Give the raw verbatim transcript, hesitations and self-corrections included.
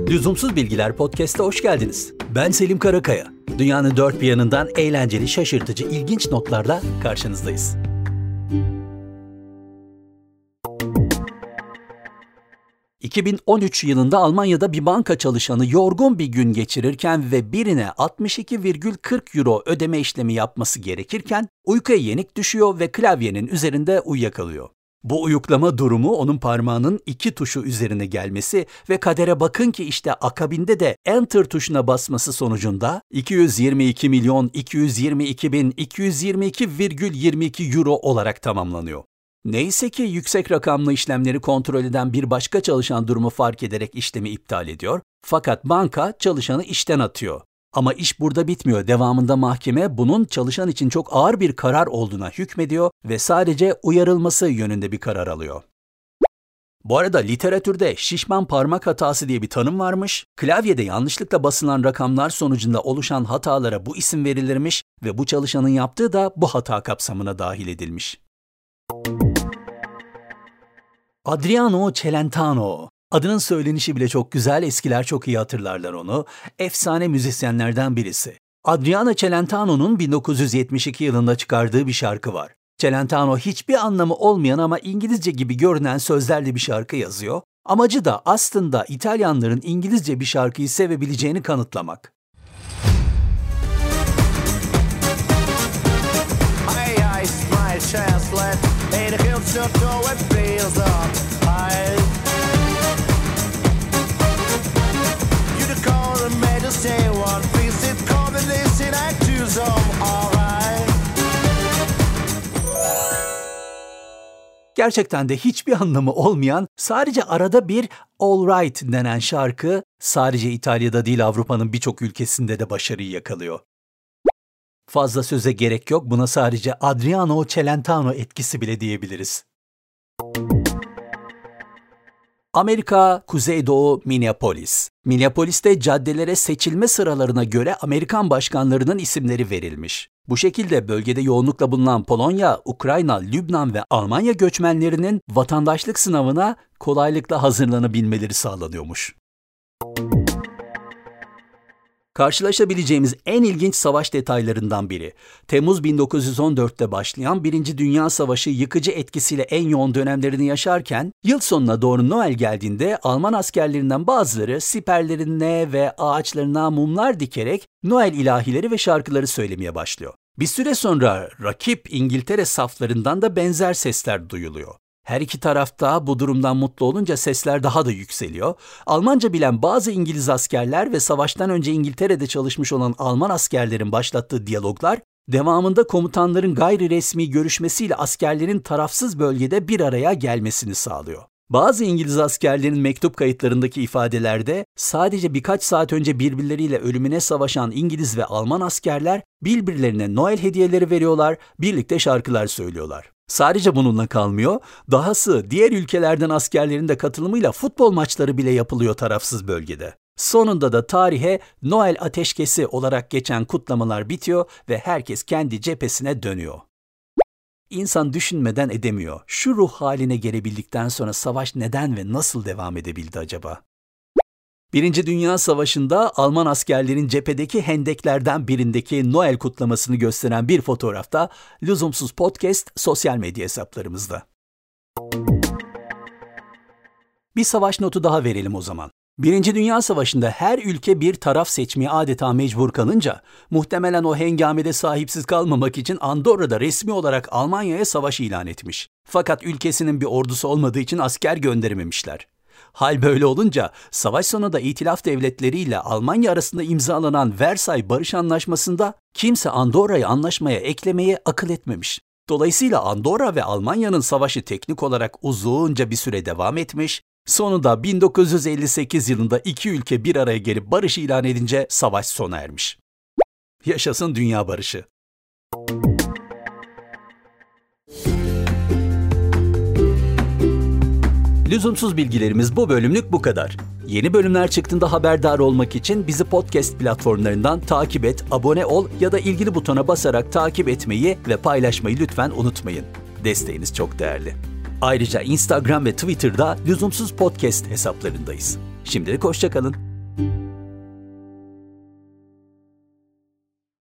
Lüzumsuz Bilgiler Podcast'a hoş geldiniz. Ben Selim Karakaya. Dünyanın dört bir yanından eğlenceli, şaşırtıcı, ilginç notlarla karşınızdayız. iki bin on üç yılında Almanya'da bir banka çalışanı yorgun bir gün geçirirken ve birine altmış iki virgül kırk euro ödeme işlemi yapması gerekirken uykuya yenik düşüyor ve klavyenin üzerinde uyuyakalıyor. Bu uyuklama durumu onun parmağının iki tuşu üzerine gelmesi ve kadere bakın ki işte akabinde de Enter tuşuna basması sonucunda iki yüz yirmi iki milyon iki yüz yirmi iki bin iki yüz yirmi iki virgül yirmi iki euro olarak tamamlanıyor. Neyse ki yüksek rakamlı işlemleri kontrol eden bir başka çalışan durumu fark ederek işlemi iptal ediyor, fakat banka çalışanı işten atıyor. Ama iş burada bitmiyor. Devamında mahkeme bunun çalışan için çok ağır bir karar olduğuna hükmediyor ve sadece uyarılması yönünde bir karar alıyor. Bu arada literatürde şişman parmak hatası diye bir tanım varmış. Klavyede yanlışlıkla basılan rakamlar sonucunda oluşan hatalara bu isim verilirmiş ve bu çalışanın yaptığı da bu hata kapsamına dahil edilmiş. Adriano Celentano. Adının söylenişi bile çok güzel, eskiler çok iyi hatırlarlar onu. Efsane müzisyenlerden birisi. Adriano Celentano'nun bin dokuz yüz yetmiş iki yılında çıkardığı bir şarkı var. Celentano hiçbir anlamı olmayan ama İngilizce gibi görünen sözlerle bir şarkı yazıyor. Amacı da aslında İtalyanların İngilizce bir şarkıyı sevebileceğini kanıtlamak. Gerçekten de hiçbir anlamı olmayan, sadece arada bir All Right denen şarkı sadece İtalya'da değil Avrupa'nın birçok ülkesinde de başarıyı yakalıyor. Fazla söze gerek yok, buna sadece Adriano Celentano etkisi bile diyebiliriz. Amerika, Kuzeydoğu, Minneapolis. Minneapolis'te caddelere seçilme sıralarına göre Amerikan başkanlarının isimleri verilmiş. Bu şekilde bölgede yoğunlukla bulunan Polonya, Ukrayna, Lübnan ve Almanya göçmenlerinin vatandaşlık sınavına kolaylıkla hazırlanabilmeleri sağlanıyormuş. Karşılaşabileceğimiz en ilginç savaş detaylarından biri. Temmuz bin dokuz yüz on dörtte başlayan Birinci Dünya Savaşı yıkıcı etkisiyle en yoğun dönemlerini yaşarken, yıl sonuna doğru Noel geldiğinde Alman askerlerinden bazıları siperlerine ve ağaçlarına mumlar dikerek Noel ilahileri ve şarkıları söylemeye başlıyor. Bir süre sonra rakip İngiltere saflarından da benzer sesler duyuluyor. Her iki tarafta bu durumdan mutlu olunca sesler daha da yükseliyor. Almanca bilen bazı İngiliz askerler ve savaştan önce İngiltere'de çalışmış olan Alman askerlerin başlattığı diyaloglar, devamında komutanların gayri resmi görüşmesiyle askerlerin tarafsız bölgede bir araya gelmesini sağlıyor. Bazı İngiliz askerlerin mektup kayıtlarındaki ifadelerde sadece birkaç saat önce birbirleriyle ölümüne savaşan İngiliz ve Alman askerler birbirlerine Noel hediyeleri veriyorlar, birlikte şarkılar söylüyorlar. Sadece bununla kalmıyor, dahası diğer ülkelerden askerlerin de katılımıyla futbol maçları bile yapılıyor tarafsız bölgede. Sonunda da tarihe Noel ateşkesi olarak geçen kutlamalar bitiyor ve herkes kendi cephesine dönüyor. İnsan düşünmeden edemiyor. Şu ruh haline gelebildikten sonra savaş neden ve nasıl devam edebildi acaba? Birinci Dünya Savaşı'nda Alman askerlerin cephedeki hendeklerden birindeki Noel kutlamasını gösteren bir fotoğrafta Lüzumsuz Podcast sosyal medya hesaplarımızda. Bir savaş notu daha verelim o zaman. Birinci Dünya Savaşı'nda her ülke bir taraf seçmeye adeta mecbur kalınca, muhtemelen o hengamede sahipsiz kalmamak için Andorra'da resmi olarak Almanya'ya savaş ilan etmiş. Fakat ülkesinin bir ordusu olmadığı için asker gönderememişler. Hal böyle olunca savaş sonunda İtilaf devletleriyle Almanya arasında imzalanan Versay Barış Anlaşması'nda kimse Andorra'yı anlaşmaya eklemeyi akıl etmemiş. Dolayısıyla Andorra ve Almanya'nın savaşı teknik olarak uzunca bir süre devam etmiş, sonunda bin dokuz yüz elli sekiz yılında iki ülke bir araya gelip barış ilan edince savaş sona ermiş. Yaşasın dünya barışı. Lüzumsuz bilgilerimiz bu bölümlük bu kadar. Yeni bölümler çıktığında haberdar olmak için bizi podcast platformlarından takip et, abone ol ya da ilgili butona basarak takip etmeyi ve paylaşmayı lütfen unutmayın. Desteğiniz çok değerli. Ayrıca Instagram ve Twitter'da Lüzumsuz Podcast hesaplarındayız. Şimdilik hoşça kalın. Müzik